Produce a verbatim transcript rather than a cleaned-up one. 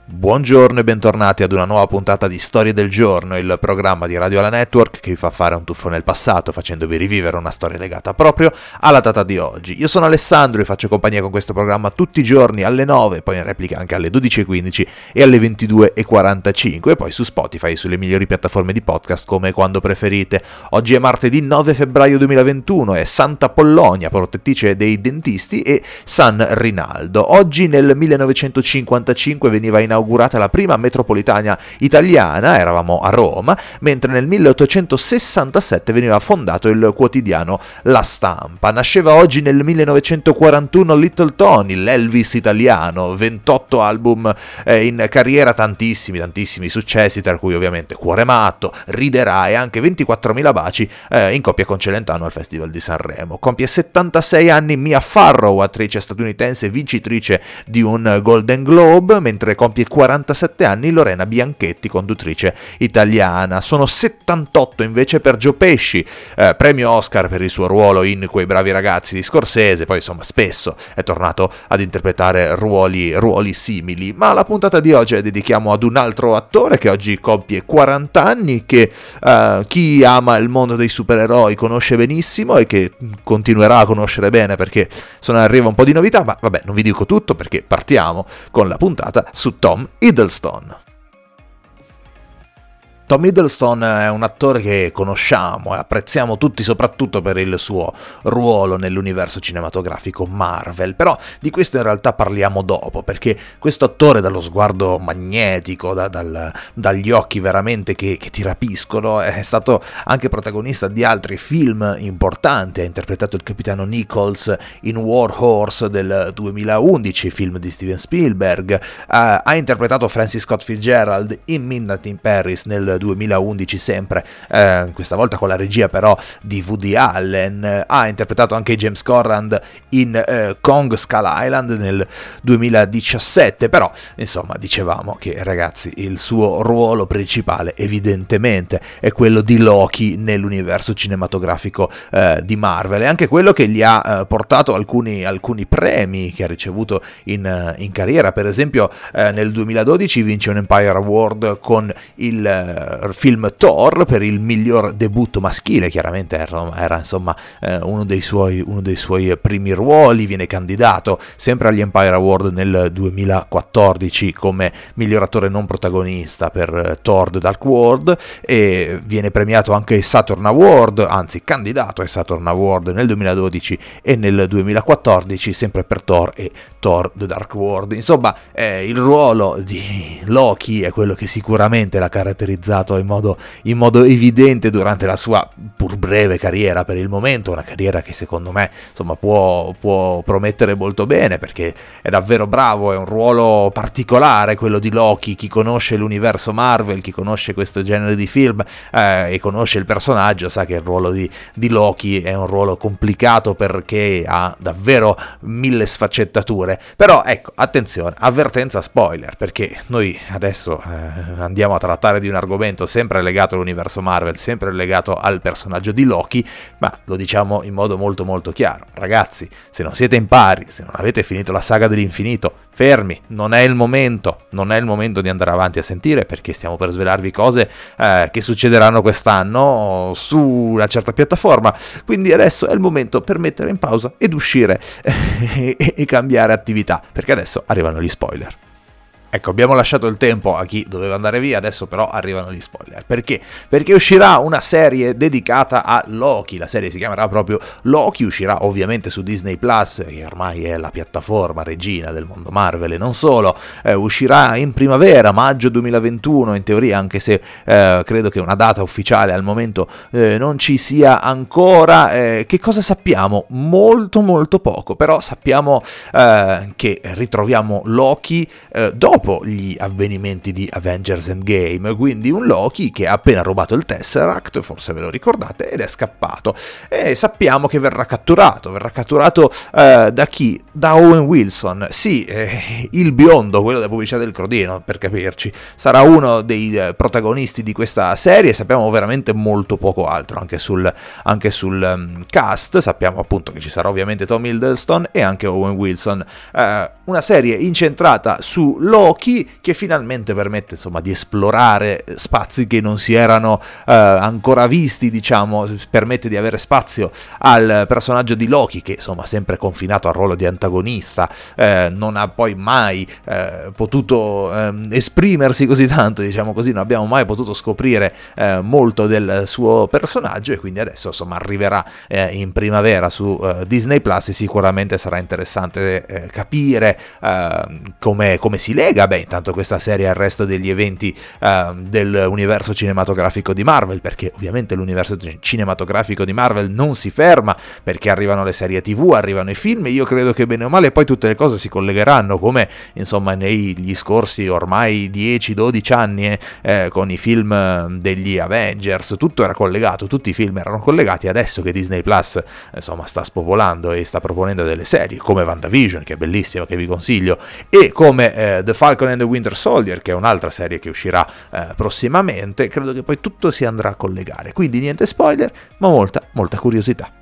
Buongiorno e bentornati ad una nuova puntata di Storie del Giorno, il programma di Radio Ala Network che vi fa fare un tuffo nel passato facendovi rivivere una storia legata proprio alla data di oggi. Io sono Alessandro e faccio compagnia con questo programma tutti i giorni alle nove, poi in replica anche alle dodici e quindici e alle ventidue e quarantacinque e poi su Spotify e sulle migliori piattaforme di podcast come quando preferite. Oggi è martedì nove febbraio duemilaventuno, è Santa Pollonia, protettrice dei dentisti, e San Rinaldo. Oggi nel millenovecentocinquantacinque veniva inaugurata inaugurata la prima metropolitana italiana, eravamo a Roma, mentre nel milleottocentosessantasette veniva fondato il quotidiano La Stampa. Nasceva oggi nel millenovecentoquarantuno Little Tony, l'Elvis italiano, ventotto album eh, in carriera, tantissimi, tantissimi successi, tra cui ovviamente Cuore matto, Riderà e anche ventiquattromila baci eh, in coppia con Celentano al Festival di Sanremo. Compie settantasei anni Mia Farrow, attrice statunitense vincitrice di un Golden Globe, mentre compie quarantasette anni Lorena Bianchetti, conduttrice italiana. Sono settantotto invece per Joe Pesci, eh, premio Oscar per il suo ruolo in Quei bravi ragazzi di Scorsese, poi insomma spesso è tornato ad interpretare ruoli, ruoli simili, ma la puntata di oggi la dedichiamo ad un altro attore che oggi compie quaranta anni, che eh, chi ama il mondo dei supereroi conosce benissimo e che continuerà a conoscere bene perché sono in arrivo un po' di novità, ma vabbè, non vi dico tutto perché partiamo con la puntata su Tom Hiddleston. Tom Hiddleston è un attore che conosciamo e apprezziamo tutti soprattutto per il suo ruolo nell'universo cinematografico Marvel, però di questo in realtà parliamo dopo, perché questo attore dallo sguardo magnetico, da, dal, dagli occhi veramente che, che ti rapiscono, è stato anche protagonista di altri film importanti. Ha interpretato il capitano Nichols in War Horse del duemilaundici, film di Steven Spielberg, ha, ha interpretato Francis Scott Fitzgerald in Midnight in Paris nel duemilaundici sempre, eh, questa volta con la regia però di Woody Allen. Ha interpretato anche James Corrand in eh, Kong Skull Island nel duemiladiciassette, però insomma dicevamo che ragazzi il suo ruolo principale evidentemente è quello di Loki nell'universo cinematografico eh, di Marvel, e anche quello che gli ha eh, portato alcuni, alcuni premi che ha ricevuto in, in carriera. Per esempio eh, nel duemiladodici vince un Empire Award con il film Thor per il miglior debutto maschile, chiaramente era, era insomma eh, uno dei suoi uno dei suoi primi ruoli. Viene candidato sempre agli Empire Award nel duemilaquattordici come miglior attore non protagonista per eh, Thor The Dark World, e viene premiato anche ai Saturn Award, anzi candidato ai Saturn Award nel duemiladodici e nel duemilaquattordici sempre per Thor e Thor The Dark World. Insomma eh, il ruolo di Loki è quello che sicuramente l'ha caratterizzato in modo, in modo evidente durante la sua pur breve carriera per il momento, una carriera che secondo me insomma può, può promettere molto bene perché è davvero bravo. È un ruolo particolare quello di Loki. Chi conosce l'universo Marvel, chi conosce questo genere di film eh, e conosce il personaggio sa che il ruolo di, di Loki è un ruolo complicato perché ha davvero mille sfaccettature. Però ecco, attenzione, avvertenza spoiler, perché noi adesso eh, andiamo a trattare di un argomento sempre legato all'universo Marvel, sempre legato al personaggio di Loki, ma lo diciamo in modo molto molto chiaro: ragazzi, se non siete in pari, se non avete finito la saga dell'infinito, fermi, non è il momento, non è il momento di andare avanti a sentire, perché stiamo per svelarvi cose eh, che succederanno quest'anno su una certa piattaforma, quindi adesso è il momento per mettere in pausa ed uscire e, e cambiare attività, perché adesso arrivano gli spoiler. Ecco, abbiamo lasciato il tempo a chi doveva andare via, adesso però arrivano gli spoiler. Perché? Perché uscirà una serie dedicata a Loki. La serie si chiamerà proprio Loki, uscirà ovviamente su Disney Plus, che ormai è la piattaforma regina del mondo Marvel e non solo. Eh, uscirà in primavera, maggio duemilaventuno in teoria, anche se eh, credo che una data ufficiale al momento eh, non ci sia ancora. Eh, che cosa sappiamo? Molto molto poco, però sappiamo eh, che ritroviamo Loki eh, dopo gli avvenimenti di Avengers Endgame, quindi un Loki che ha appena rubato il Tesseract, forse ve lo ricordate, ed è scappato, e sappiamo che verrà catturato, verrà catturato eh, da chi? Da Owen Wilson, sì, eh, il biondo, quello della pubblicità del Crodino, per capirci, sarà uno dei eh, protagonisti di questa serie. Sappiamo veramente molto poco altro anche sul, anche sul um, cast. Sappiamo appunto che ci sarà ovviamente Tom Hiddleston e anche Owen Wilson, eh, una serie incentrata su Loki Loki, che finalmente permette insomma di esplorare spazi che non si erano eh, ancora visti, diciamo, permette di avere spazio al personaggio di Loki, che insomma sempre confinato al ruolo di antagonista, eh, non ha poi mai eh, potuto eh, esprimersi così tanto, diciamo così, non abbiamo mai potuto scoprire eh, molto del suo personaggio, e quindi adesso insomma arriverà eh, in primavera su eh, Disney Plus, e sicuramente sarà interessante eh, capire eh, come, come si lega, beh, intanto questa serie al resto degli eventi eh, dell'universo cinematografico di Marvel, perché ovviamente l'universo cinematografico di Marvel non si ferma, perché arrivano le serie tv, arrivano i film, e io credo che bene o male poi tutte le cose si collegheranno, come insomma negli scorsi ormai dieci dodici anni eh, con i film degli Avengers, tutto era collegato, tutti i film erano collegati. Adesso che Disney Plus insomma sta spopolando e sta proponendo delle serie come WandaVision, che è bellissima, che vi consiglio, e come eh, The Falcon and the Winter Soldier, che è un'altra serie che uscirà eh, prossimamente, credo che poi tutto si andrà a collegare, quindi niente spoiler, ma molta molta curiosità.